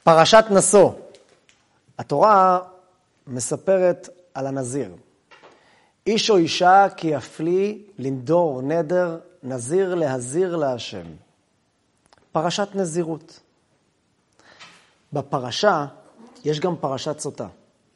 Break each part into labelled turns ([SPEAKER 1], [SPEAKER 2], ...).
[SPEAKER 1] פרשת נשוא. התורה מספרת על הנזיר. איש או אישה כי יפלי לנדור נדר, נזיר להזיר להשם. פרשת נזירות. בפרשה יש גם פרשת סוטה.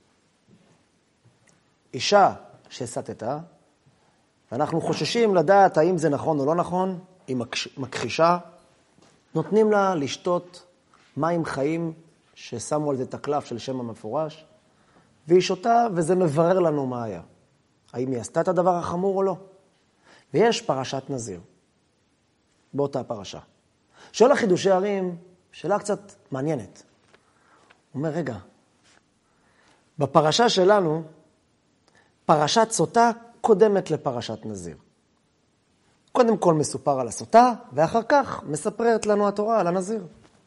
[SPEAKER 1] אישה שסטתה, ואנחנו חוששים לדעת האם זה נכון או לא נכון, היא מכחישה, נותנים לה לשתות מים חיים ששמו על זה את הקלף של שם המפורש, והיא שותה וזה מברר לנו מה היה. האם היא עשתה את הדבר החמור או לא. ויש פרשת נזיר, באותה פרשה. שואל החידושי ערים, שאלה קצת מעניינת. הוא אומר, רגע, בפרשה שלנו, פרשת סוטה קודמת לפרשת נזיר. קודם כל מסופר על הסוטה, ואחר כך מספרת לנו התורה על הנזיר.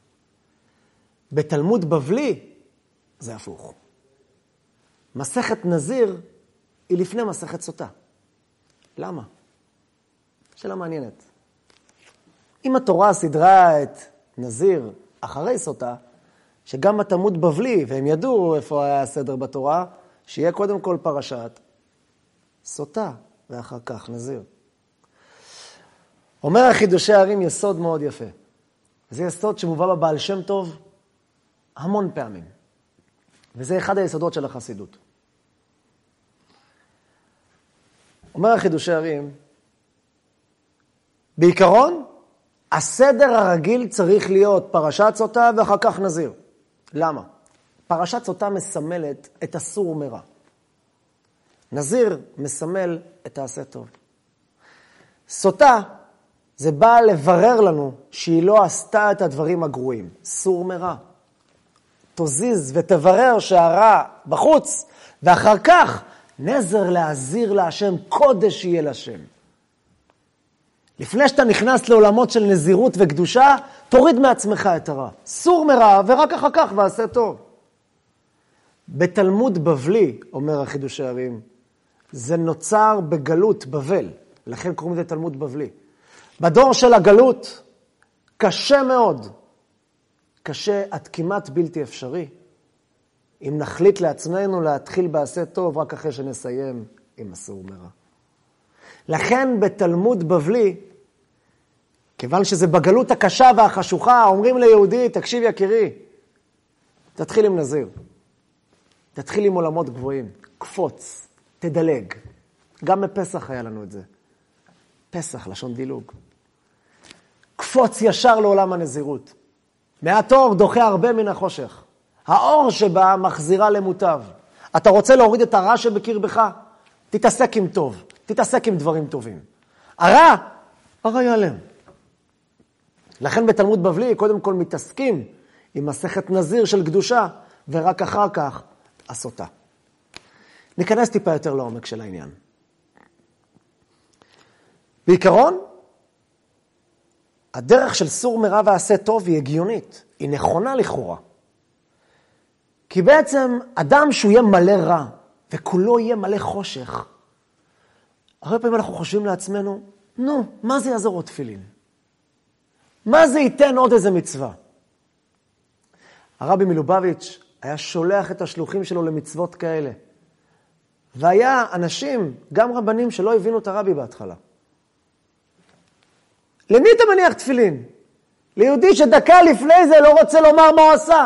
[SPEAKER 1] בתלמוד בבלי זה הפוך. מסכת נזיר היא לפני מסכת סוטה. למה? שאלה מעניינת. אם התורה סדרה את נזיר אחרי סוטה, שגם בתלמוד בבלי, והם ידעו איפה היה הסדר בתורה, שיהיה קודם כל פרשת סוטה, ואחר כך נזיר. אומר החידושי הערים יסוד מאוד יפה. זה יסוד שמובא בבעל שם טוב המון פעמים. וזה אחד היסודות של החסידות. אומר החידושי הערים, בעיקרון, הסדר הרגיל צריך להיות פרשת סוטה ואחר כך נזיר. למה? פרשת סוטה מסמלת את הסור ומרע. נזיר מסמל את העשה טוב. סוטה זה בא לברר לנו שהיא לא עשתה את הדברים הגרועים. סור מרע. תוזיז ותברר שהרע בחוץ, ואחר כך נזר להזיר להשם, קודש יהיה לשם. לפני שאתה נכנס לעולמות של נזירות וקדושה, תוריד מעצמך את הרע. סור מרע ורק אחר כך ועשה טוב. בתלמוד בבלי, אומר החידושי הערים, זה נוצר בגלות בבל, לכן קוראים לזה תלמוד בבלי. בדור של הגלות, קשה מאוד, קשה עד כמעט בלתי אפשרי, אם נחליט לעצמנו להתחיל בעשה טוב רק אחרי שנסיים עם הסור מרע. לכן בתלמוד בבלי, כיוון שזה בגלות הקשה והחשוכה, אומרים ליהודי, תקשיב יקירי, תתחיל עם נזיר. תתחיל עם עולמות גבוהים, קפוץ, תדלג. גם בפסח היה לנו את זה. פסח, לשון דילוג. קפוץ ישר לעולם הנזירות. מעט אור דוחה הרבה מן החושך. האור שבה מחזירה למוטב. אתה רוצה להוריד את הרע שבקרבך? תתעסק עם טוב. תתעסק עם דברים טובים. הרע ייעלם. לכן בתלמוד בבלי קודם כל מתעסקים עם מסכת נזיר של קדושה, ורק אחר כך הסוטה. ניכנס טיפה יותר לעומק של העניין. בעיקרון, הדרך של סור מרע ועשה טוב היא הגיונית, היא נכונה לכאורה. כי בעצם אדם שהוא יהיה מלא רע, וכולו יהיה מלא חושך, הרבה פעמים אנחנו חושבים לעצמנו, נו, מה זה יעזור עוד תפילין? מה זה ייתן עוד איזה מצווה? הרבי מלובביץ' היה שולח את השלוחים שלו למצוות כאלה. והיה אנשים, גם רבנים, שלא הבינו את הרבי בהתחלה. למי אתה מניח תפילין? ליהודי שדקה לפני זה לא רוצה לומר מה הוא עשה.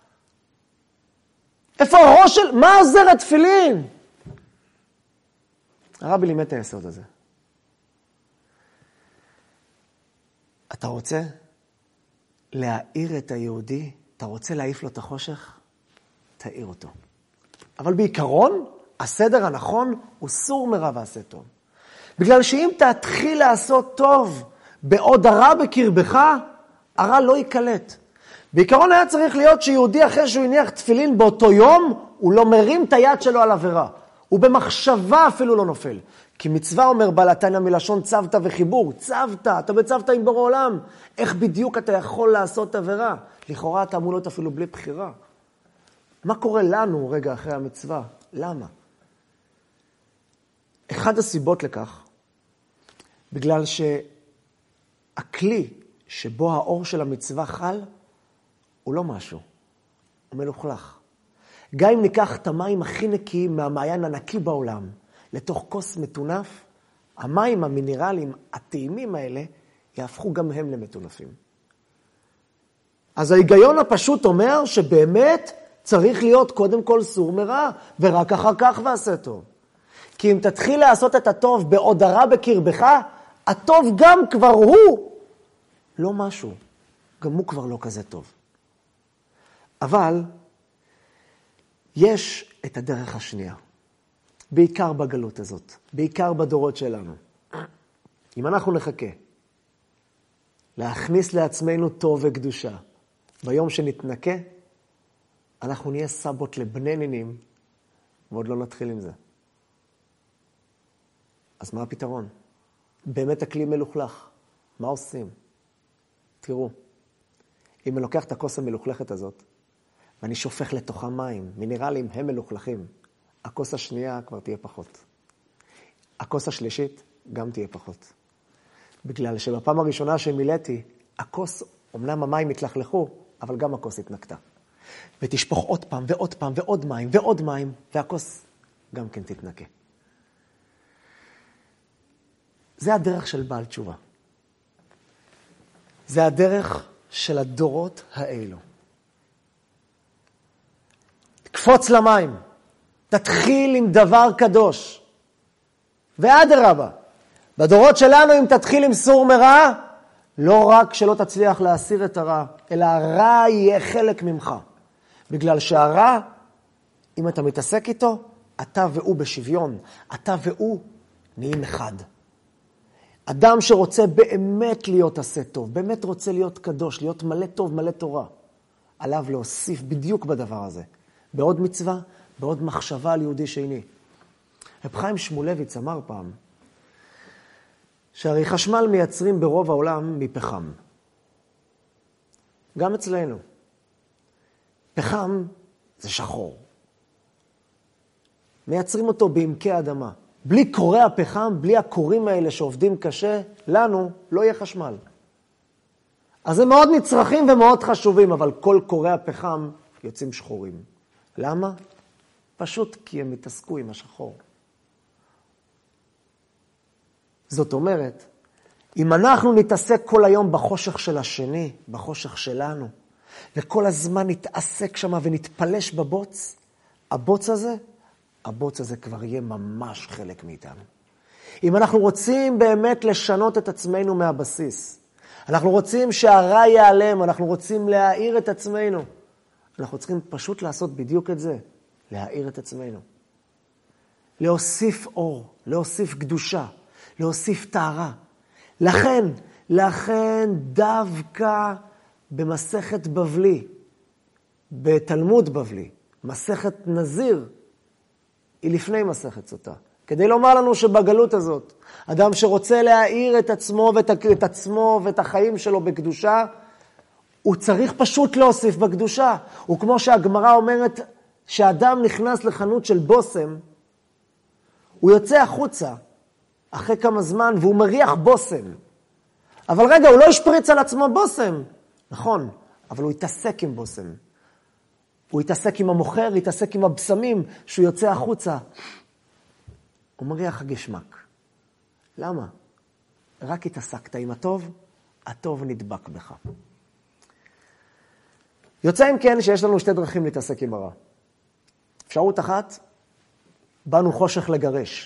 [SPEAKER 1] איפה הראש של... מה עוזר התפילין? הרבי לימד את היסוד הזה. אתה רוצה להאיר את היהודי? אתה רוצה להעיף לו את החושך? תאיר אותו. אבל בעיקרון, הסדר הנכון הוא סור מרע ועשה טוב. בגלל שאם תתחיל לעשות טוב בעוד הרע בקרבך, הרע לא יקלט. בעיקרון היה צריך להיות שיהודי אחרי שהוא הניח תפילין באותו יום, הוא לא מרים את היד שלו על עבירה. הוא במחשבה אפילו לא נופל. כי מצווה אומר בעלתניא מלשון צוותא וחיבור. צוותא, אתה בצוותא עם בורא עולם. איך בדיוק אתה יכול לעשות עבירה? לכאורה אתה אמור להיות אפילו בלי בחירה. מה קורה לנו רגע אחרי המצווה? למה? אחד הסיבות לכך, בגלל שהכלי שבו האור של המצווה חל, הוא לא משהו. הוא מלוכלך. גם אם ניקח את המים הכי נקיים מהמעיין הנקי בעולם, לתוך כוס מטונף, המים המינרליים, הטעימים האלה, יהפכו גם הם למטונפים. אז ההיגיון הפשוט אומר שבאמת צריך להיות קודם כל סור מרע, ורק אחר כך ועשה טוב. כי אם תתחיל לעשות את הטוב בעוד הרע בקרבך, הטוב גם כבר הוא לא משהו. גם הוא כבר לא כזה טוב. אבל יש את הדרך השנייה. בעיקר בגלות הזאת. בעיקר בדורות שלנו. אם אנחנו נחכה להכניס לעצמנו טוב וקדושה, ביום שנתנקה, אנחנו נהיה סבות לבני נינים, ועוד לא נתחיל עם זה. אז מה הפתרון? באמת הכלי מלוכלך. מה עושים? תראו, אם אני לוקח את הכוס המלוכלכת הזאת, ואני שופך לתוכה מים, מינרלים הם מלוכלכים, הכוס השנייה כבר תהיה פחות. הכוס השלישית גם תהיה פחות. בגלל שבפעם הראשונה שמילאתי, הכוס, אמנם המים התלכלכו, אבל גם הכוס התנקתה. ותשפוך עוד פעם ועוד פעם ועוד מים ועוד מים, והכוס גם כן תתנקה. זה הדרך של בעל תשובה. זה הדרך של הדורות האלו. תקפוץ למים, תתחיל עם דבר קדוש. ואדרבה, בדורות שלנו אם תתחיל עם סור מרע, לא רק שלא תצליח להסיר את הרע, אלא הרע יהיה חלק ממך. בגלל שהרע, אם אתה מתעסק איתו, אתה והוא בשוויון, אתה והוא נהיים אחד. אדם שרוצה באמת להיות עשה טוב, באמת רוצה להיות קדוש, להיות מלא טוב, מלא תורה, עליו להוסיף בדיוק בדבר הזה. בעוד מצווה, בעוד מחשבה על יהודי שני. רב חיים שמואלביץ אמר פעם, שהרי חשמל מייצרים ברוב העולם מפחם. גם אצלנו. פחם זה שחור. מייצרים אותו בעמקי האדמה. בלי קורי הפחם, בלי הקורים האלה שעובדים קשה, לנו לא יהיה חשמל. אז הם מאוד נצרכים ומאוד חשובים, אבל כל קורי הפחם יוצאים שחורים. למה? פשוט כי הם מתעסקו עם השחור. זאת אומרת, אם אנחנו נתעסק כל היום בחושך של השני, בחושך שלנו, וכל הזמן נתעסק שם ונתפלש בבוץ, הבוץ הזה כבר יהיה ממש חלק מאיתנו. אם אנחנו רוצים באמת לשנות את עצמנו מהבסיס, אנחנו רוצים שהרע ייעלם, אנחנו רוצים להאיר את עצמנו, אנחנו צריכים פשוט לעשות בדיוק את זה, להאיר את עצמנו. להוסיף אור, להוסיף קדושה, להוסיף טהרה. לכן דווקא במסכת בבלי, בתלמוד בבלי, מסכת נזיר, היא לפני מסכת סוטה. כדי לומר לנו שבגלות הזאת, אדם שרוצה להאיר את עצמו ואת החיים שלו בקדושה, הוא צריך פשוט להוסיף בקדושה. וכמו שהגמרא אומרת, שאדם נכנס לחנות של בוסם, הוא יוצא החוצה אחרי כמה זמן והוא מריח בוסם. אבל רגע, הוא לא ישפריץ על עצמו בוסם. נכון, אבל הוא יתעסק עם בוסם. הוא יתעסק עם המוכר, יתעסק עם הבשמים, שהוא יוצא החוצה. הוא מריח הגשמק. למה? רק התעסקת עם הטוב, הטוב נדבק בך. יוצא אם כן שיש לנו שתי דרכים להתעסק עם הרע. אפשרות אחת, באנו חושך לגרש.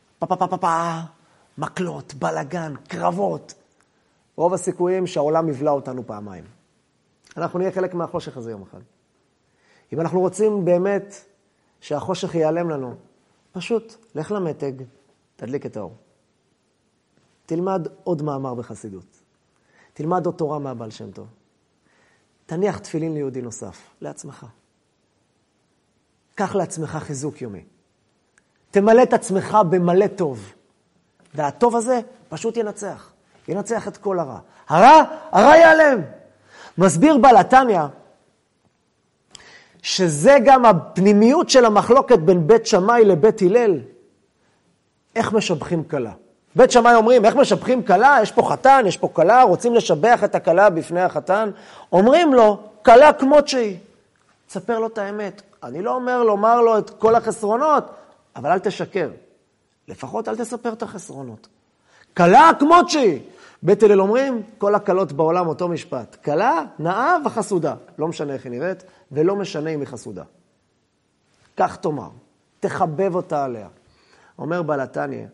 [SPEAKER 1] מקלות, בלגן, קרבות. רוב הסיכויים שהעולם יבלע אותנו פעמיים. אנחנו נהיה חלק מהחושך הזה יום אחד. אם אנחנו רוצים באמת שהחושך ייעלם לנו, פשוט לך למתג, תדליק את האור. תלמד עוד מאמר בחסידות. תלמד עוד תורה מהבעל שם טוב. תניח תפילין ליהודי נוסף, לעצמך. קח לעצמך חיזוק יומי. תמלא את עצמך במלא טוב. והטוב הזה פשוט ינצח. ינצח את כל הרע. הרע ייעלם. מסביר בעל התניא, שזה גם הפנימיות של המחלוקת בין בית שמאי לבית הלל. איך משבחים כלה? בית שמאי אומרים, איך משבחים כלה? יש פה חתן, יש פה כלה, רוצים לשבח את הכלה בפני החתן. אומרים לו, כלה כמות שהיא. תספר לו את האמת. אני לא לומר לו את כל החסרונות, אבל אל תשקר. לפחות אל תספר את החסרונות. קלה כמות שהיא. בית הלל אומרים, כל הקלות בעולם אותו משפט. קלה, נאה וחסודה. לא משנה איך היא נראית, ולא משנה אם היא חסודה. כך תאמר, תחבב אותה עליה. אומר בעל התניא,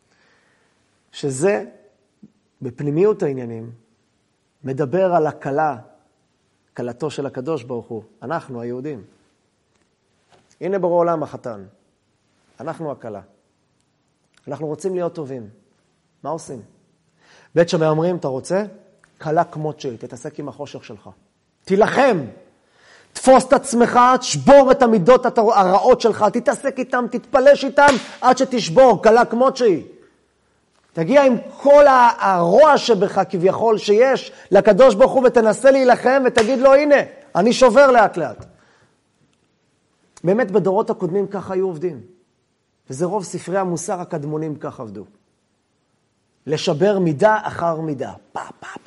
[SPEAKER 1] שזה, בפנימיות העניינים, מדבר על הקלה, קלתו של הקדוש ברוך הוא, אנחנו היהודים. הנה ברור עולם החתן, אנחנו הקלה. אנחנו רוצים להיות טובים. מה עושים? בית שמאי אומרים, אתה רוצה? קלה כמות שהיא, תתעסק עם החושך שלך. תילחם. תפוס את עצמך, תשבור את המידות הרעות שלך, תתעסק איתם, תתפלש איתם, עד שתשבור, קלה כמות שהיא. תגיע עם כל הרוע שבך כביכול שיש לקדוש ברוך הוא, ותנסה להילחם ותגיד לו, הנה, אני שובר לאט לאט. באמת בדורות הקודמים ככה היו עובדים. וזה רוב ספרי המוסר הקדמונים כך עבדו. לשבר מידה אחר מידה. פה.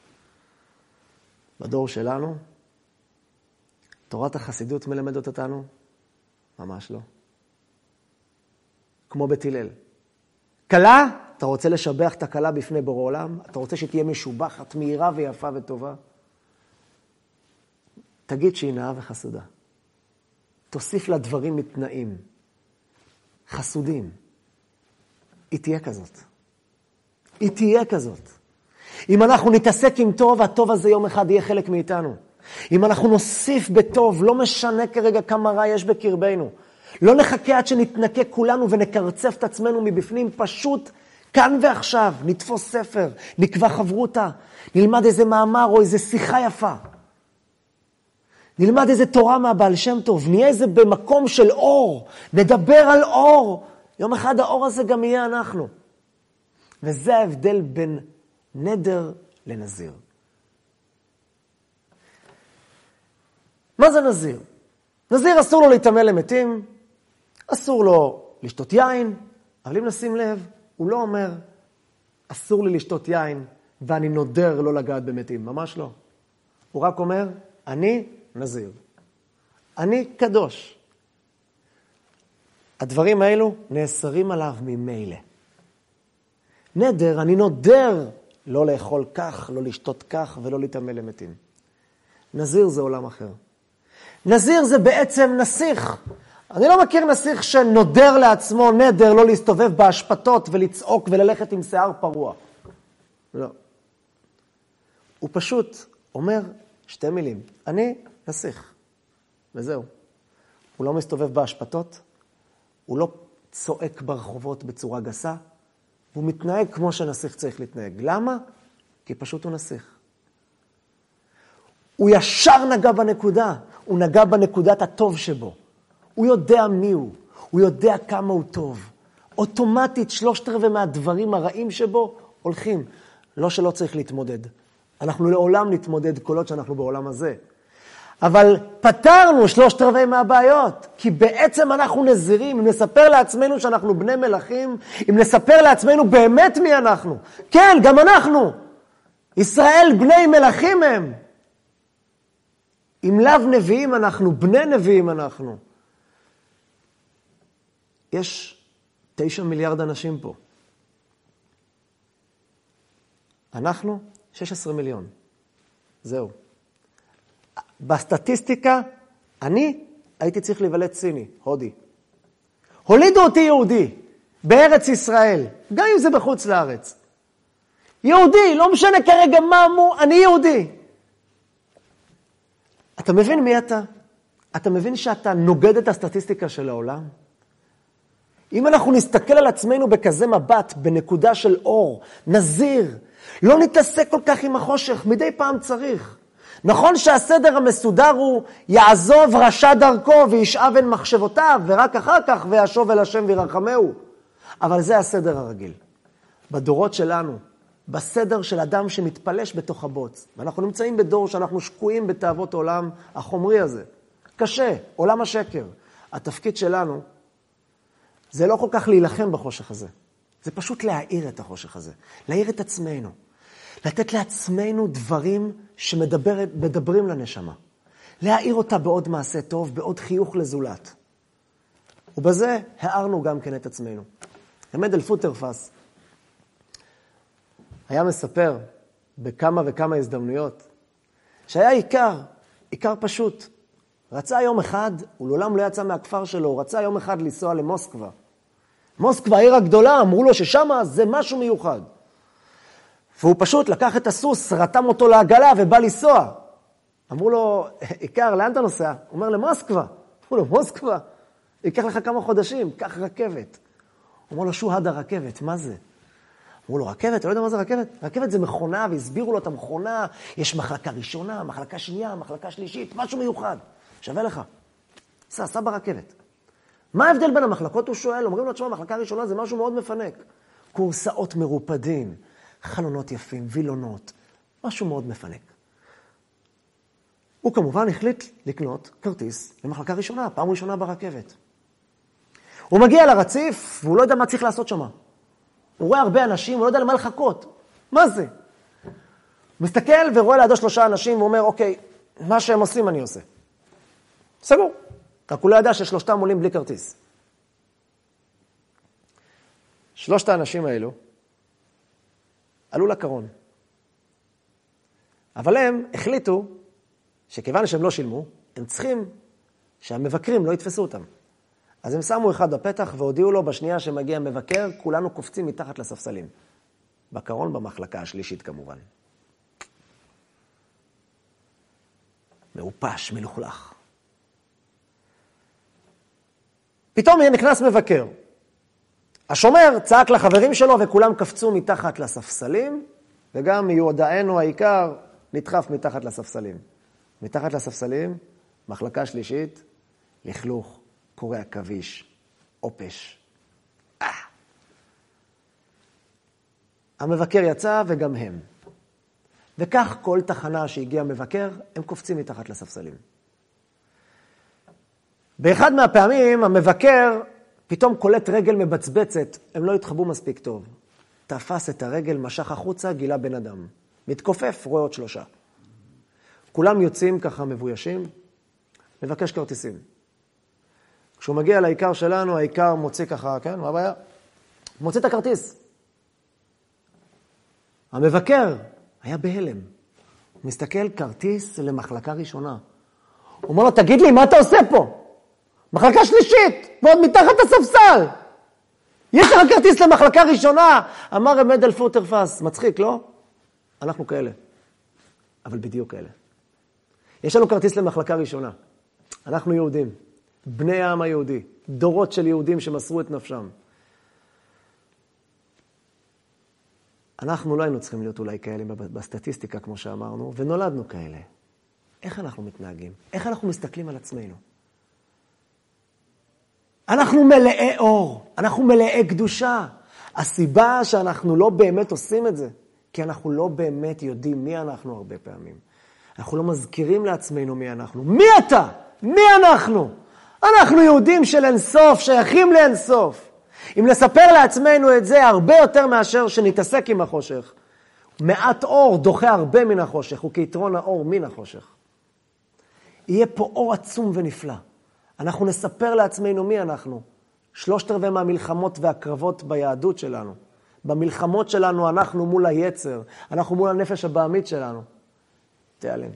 [SPEAKER 1] בדור שלנו, תורת החסידות מלמדת אותנו? ממש לא. כמו בית הלל. קלה, אתה רוצה לשבח את הקלה בפני בורא עולם? אתה רוצה שתהיה משובחת, מהירה ויפה וטובה? תגיד שהיא נאה וחסודה. תוסיף לה דברים מתנאים. חסודים. היא תהיה כזאת. היא תהיה כזאת. אם אנחנו נתעסק עם טוב, הטוב הזה יום אחד יהיה חלק מאיתנו. אם אנחנו נוסיף בטוב, לא משנה כרגע כמה רע יש בקרבנו. לא נחכה עד שנתנקה כולנו ונקרצף את עצמנו מבפנים, פשוט כאן ועכשיו. נתפוס ספר, נקבע חברותה, נלמד איזה מאמר או איזה שיחה יפה. נלמד איזה תורה מהבעל שם טוב, נהיה איזה במקום של אור, נדבר על אור. יום אחד האור הזה גם יהיה אנחנו. וזה ההבדל בין נדר לנזיר. מה זה נזיר? נזיר אסור לו להתאמן למתים, אסור לו לשתות יין, אבל אם נשים לב, הוא לא אומר, אסור לי לשתות יין, ואני נודר לא לגעת במתים, ממש לא. הוא רק אומר, אני נזיר. אני קדוש. הדברים האלו נאסרים עליו ממילא. נדר, אני נודר לא לאכול כך, לא לשתות כך, ולא להתאמן למתים. נזיר זה עולם אחר. נזיר זה בעצם נסיך. אני לא מכיר נסיך שנודר לעצמו נדר, לא להסתובב בהשפתות ולצעוק וללכת עם שיער פרוע. לא. הוא פשוט אומר שתי מילים. אני נסיך. וזהו. הוא לא מסתובב בהשפתות, הוא לא צועק ברחובות בצורה גסה, והוא מתנהג כמו שנסיך צריך להתנהג. למה? כי פשוט הוא נסיך. הוא ישר נגע בנקודה, הוא נגע בנקודת הטוב שבו. הוא יודע מי הוא, הוא יודע כמה הוא טוב. אוטומטית 3/4 מהדברים הרעים שבו הולכים. לא שלא צריך להתמודד. אנחנו לעולם נתמודד כל עוד שאנחנו בעולם הזה. אבל פתרנו 3/4 מהבעיות, כי בעצם אנחנו נזירים, אם נספר לעצמנו שאנחנו בני מלכים, אם נספר לעצמנו באמת מי אנחנו. כן, גם אנחנו. ישראל בני מלכים הם. אם לאו נביאים אנחנו, בני נביאים אנחנו. יש 9 מיליארד אנשים פה. אנחנו 16 מיליון. זהו. בסטטיסטיקה, אני הייתי צריך להיוולד סיני, הודי. הולידו אותי יהודי, בארץ ישראל, גם אם זה בחוץ לארץ. יהודי, לא משנה כרגע מה אמרו, אני יהודי. אתה מבין מי אתה? אתה מבין שאתה נוגד את הסטטיסטיקה של העולם? אם אנחנו נסתכל על עצמנו בכזה מבט, בנקודה של אור, נזיר, לא נתעסק כל כך עם החושך, מדי פעם צריך. נכון שהסדר המסודר הוא יעזוב רשע דרכו וישאב אל מחשבותיו, ורק אחר כך וישוב אל השם וירחמהו. אבל זה הסדר הרגיל. בדורות שלנו, בסדר של אדם שמתפלש בתוך הבוץ, ואנחנו נמצאים בדור שאנחנו שקועים בתאוות העולם החומרי הזה. קשה, עולם השקר. התפקיד שלנו זה לא כל כך להילחם בחושך הזה. זה פשוט להאיר את החושך הזה. להאיר את עצמנו. לתת לעצמנו דברים שמדברים לנשמה. להעיר אותה בעוד מעשה טוב, בעוד חיוך לזולת. ובזה הערנו גם כן את עצמנו. המדל פוטרפס היה מספר בכמה וכמה הזדמנויות, שהיה עיקר פשוט. רצה יום אחד, הוא לעולם לא יצא מהכפר שלו, הוא רצה יום אחד לנסוע למוסקבה. מוסקבה, העיר הגדולה, אמרו לו ששם זה משהו מיוחד. והוא פשוט לקח את הסוס, רתם אותו לעגלה ובא לנסוע. אמרו לו, עיקר, לאן אתה נוסע? הוא אומר, למוסקבה. אמרו לו, מוסקבה? ייקח לך כמה חודשים, קח רכבת. הוא אומר לו, שוהד הרכבת, מה זה? אמרו לו, רכבת? אתה לא יודע מה זה רכבת? רכבת זה מכונה, והסבירו לו את המכונה, יש מחלקה ראשונה, מחלקה שנייה, מחלקה שלישית, משהו מיוחד. שווה לך. סע ברכבת. מה ההבדל בין המחלקות? הוא שואל, אומרים לו, תשמע, מחלקה ראשונה זה משהו מאוד מפנק. קורסאות מרופדים, חלונות יפים, וילונות, משהו מאוד מפנק. הוא כמובן החליט לקנות כרטיס למחלקה ראשונה, פעם ראשונה ברכבת. הוא מגיע לרציף, והוא לא יודע מה צריך לעשות שם. הוא רואה הרבה אנשים, הוא לא יודע למה לחכות. מה זה? הוא מסתכל ורואה לידו 3 אנשים, ואומר, אוקיי, מה שהם עושים אני עושה. סגור. רק הוא לא ידע ש3 עולים בלי כרטיס. 3 האנשים האלו עלו לקרון. אבל הם החליטו שכיוון שהם לא שילמו, הם צריכים שהמבקרים לא יתפסו אותם. אז הם שמו אחד בפתח והודיעו לו בשנייה שמגיע מבקר, כולנו קופצים מתחת לספסלים. בקרון במחלקה השלישית כמובן. מעופש, מלוכלך. פתאום נכנס מבקר. השומר צעק לחברים שלו וכולם קפצו מתחת לספסלים, וגם מיודענו העיקר נדחף מתחת לספסלים. מתחת לספסלים, מחלקה שלישית, לכלוך, קורא עכביש, עופש. המבקר יצא וגם הם. וכך כל תחנה שהגיע מבקר, הם קופצים מתחת לספסלים. באחד מהפעמים המבקר פתאום קולט רגל מבצבצת, הם לא התחבאו מספיק טוב. תפס את הרגל, משך החוצה, גילה בן אדם. מתכופף, רואה עוד 3. כולם יוצאים ככה מבוישים, מבקש כרטיסים. כשהוא מגיע לעיקר שלנו, העיקר מוציא ככה, כן, מה הבעיה? מוציא את הכרטיס. המבקר היה בהלם. הוא מסתכל, כרטיס למחלקה ראשונה. הוא אומר לו, תגיד לי, מה אתה עושה פה? מחלקה שלישית, ועוד מתחת הספסל. יש לך כרטיס למחלקה ראשונה. אמר המדל פוטרפס, מצחיק, לא? אנחנו כאלה. אבל בדיוק כאלה. יש לנו כרטיס למחלקה ראשונה. אנחנו יהודים. בני העם היהודי. דורות של יהודים שמסרו את נפשם. אנחנו לא היינו צריכים להיות אולי כאלה בסטטיסטיקה, כמו שאמרנו, ונולדנו כאלה. איך אנחנו מתנהגים? איך אנחנו מסתכלים על עצמנו? אנחנו מלאי אור, אנחנו מלאי קדושה. הסיבה שאנחנו לא באמת עושים את זה, כי אנחנו לא באמת יודעים מי אנחנו הרבה פעמים. אנחנו לא מזכירים לעצמנו מי אנחנו. מי אתה? מי אנחנו? אנחנו יהודים של אינסוף, שייכים לאינסוף. אם לספר לעצמנו את זה הרבה יותר מאשר שנתעסק עם החושך. מעט אור דוחה הרבה מן החושך, וכיתרון האור מן החושך. יהיה פה אור עצום ונפלא. אנחנו נספר לעצמנו מי אנחנו. 3/4 מהמלחמות והקרבות ביהדות שלנו. במלחמות שלנו אנחנו מול היצר, אנחנו מול הנפש הבעמית שלנו. תיעלם.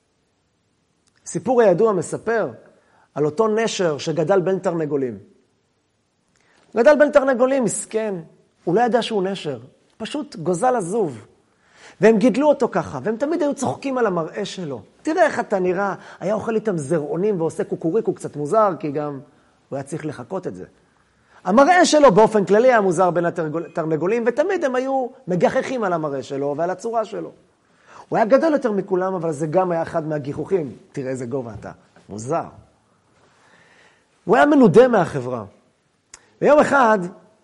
[SPEAKER 1] סיפור הידוע מספר על אותו נשר שגדל בין תרנגולים. גדל בין תרנגולים, מסכן. הוא לא ידע שהוא נשר. פשוט גוזל עזוב. והם גידלו אותו ככה, והם תמיד היו צוחקים על המראה שלו. תראה איך אתה נראה. היה אוכל איתם זרעונים ועושה קוקוריקו קצת מוזר, כי גם הוא היה צריך לחכות את זה. המראה שלו באופן כללי היה מוזר בין התרנגולים, ותמיד הם היו מגחכים על המראה שלו ועל הצורה שלו. הוא היה גדול יותר מכולם, אבל זה גם היה אחד מהגיחוכים. תראה איזה גובה אתה. מוזר. הוא היה מנודה מהחברה. ויום אחד,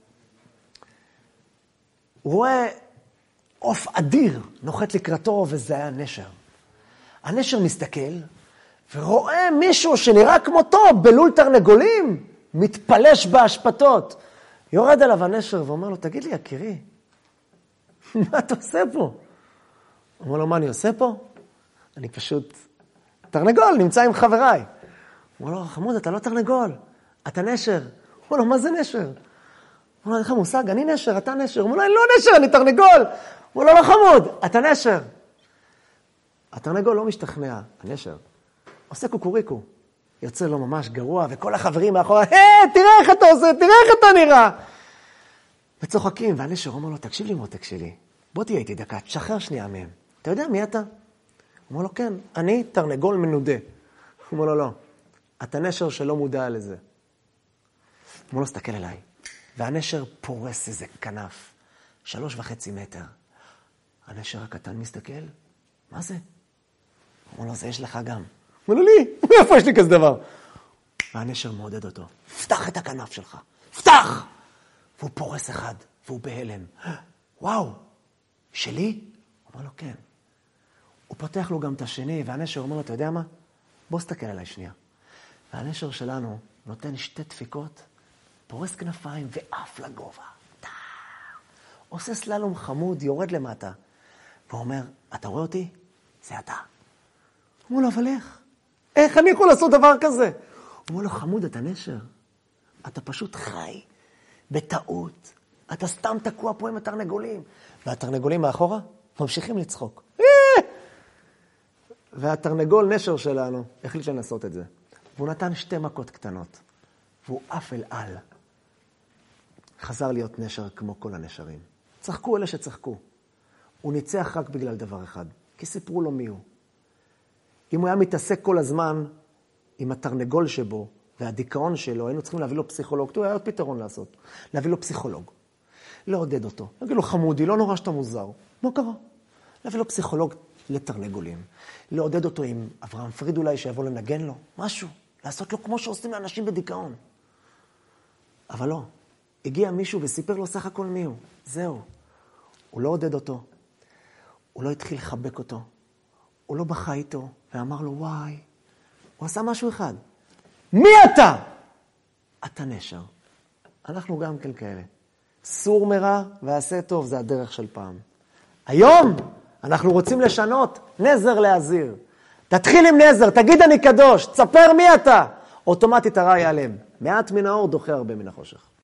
[SPEAKER 1] הוא רואה עוף אדיר נוחת לקראתו, וזה היה נשר. הנשר מסתכל, ורואה מישהו שנראה כמותו בלול תרנגולים, מתפלש בהשפתות. יורד עליו הנשר ואומר לו, תגיד לי, יקירי, מה אתה עושה פה? הוא אומר לו, מה אני עושה פה? אני פשוט תרנגול, נמצא עם חבריי. הוא אומר לו, חמוד, אתה לא תרנגול, אתה נשר. הוא אומר לו, מה זה נשר? הוא אומר לו, אין לך מושג, אני נשר, אתה נשר. הוא אומר לו, אני לא נשר, אני תרנגול. הוא אומר לו, לא חמוד, אתה נשר. התרנגול לא משתכנע, הנשר. עושה קוקוריקו. יוצא לו ממש גרוע, וכל החברים מאחורה, תראה איך אתה עושה, תראה איך אתה נראה. וצוחקים, והנשר אומר לו, תקשיב לי מותק שלי, בוא תהיה איתי דקה, תשחרר שנייה מהם. אתה יודע מי אתה? הוא אומר לו, כן, אני תרנגול מנודה. הוא אומר לו, לא, אתה נשר שלא מודע לזה. הוא אומר לו, סתכל אליי. והנשר פורס איזה כנף, 3.5 מטר. הנשר הקטן מסתכל, מה זה? הוא אומר לו, זה יש לך גם. הוא אומר לו, לי, איפה יש לי כזה דבר? והנשר מעודד אותו, פתח את הכנף שלך, פתח! והוא פורס אחד, והוא בהלם. וואו, שלי? הוא אומר לו, כן. הוא פותח לו גם את השני, והנשר אומר לו, אתה יודע מה? בוא סתכל עליי שנייה. והנשר שלנו נותן 2 דפיקות, פורס כנפיים ואף לגובה. עושה סללום חמוד, יורד למטה. והוא אומר, אתה רואה אותי? זה אתה. הוא אומר לו, אבל איך אני יכול לעשות דבר כזה? הוא אומר לו, חמוד, אתה נשר. אתה פשוט חי בטעות. אתה סתם תקוע פה עם התרנגולים. והתרנגולים מאחורה ממשיכים לצחוק. והתרנגול נשר שלנו החליט לנסות את זה. והוא נתן 2 מכות קטנות. והוא אף אל על. חזר להיות נשר כמו כל הנשרים. צחקו אלה שצחקו. הוא ניצח רק בגלל דבר אחד. כי סיפרו לו מי הוא. אם הוא היה מתעסק כל הזמן עם התרנגול שבו והדיכאון שלו, היינו צריכים להביא לו פסיכולוג. היה עוד פתרון לעשות. להביא לו פסיכולוג. לעודד אותו. להגיד לו, חמודי, לא נורא שאתה מוזר. מה קרה? להביא לו פסיכולוג לתרנגולים. לעודד אותו עם אברהם פריד אולי שיבוא לנגן לו. משהו. לעשות לו כמו שעושים לאנשים בדיכאון. אבל לא. הגיע מישהו וסיפר לו סך הכל מי הוא. זהו. הוא לא עודד אותו. הוא לא התחיל לחבק אותו. הוא לא בכה איתו ואמר לו, וואי. הוא עשה משהו אחד. מי אתה? אתה נשר. אנחנו גם כן כאלה. סור מרע ועשה טוב, זה הדרך של פעם. היום אנחנו רוצים לשנות נזר להזיר. תתחיל עם נזר, תגיד אני קדוש, תספר מי אתה. אוטומטית הרע ייעלם. מעט מן האור דוחה הרבה מן החושך.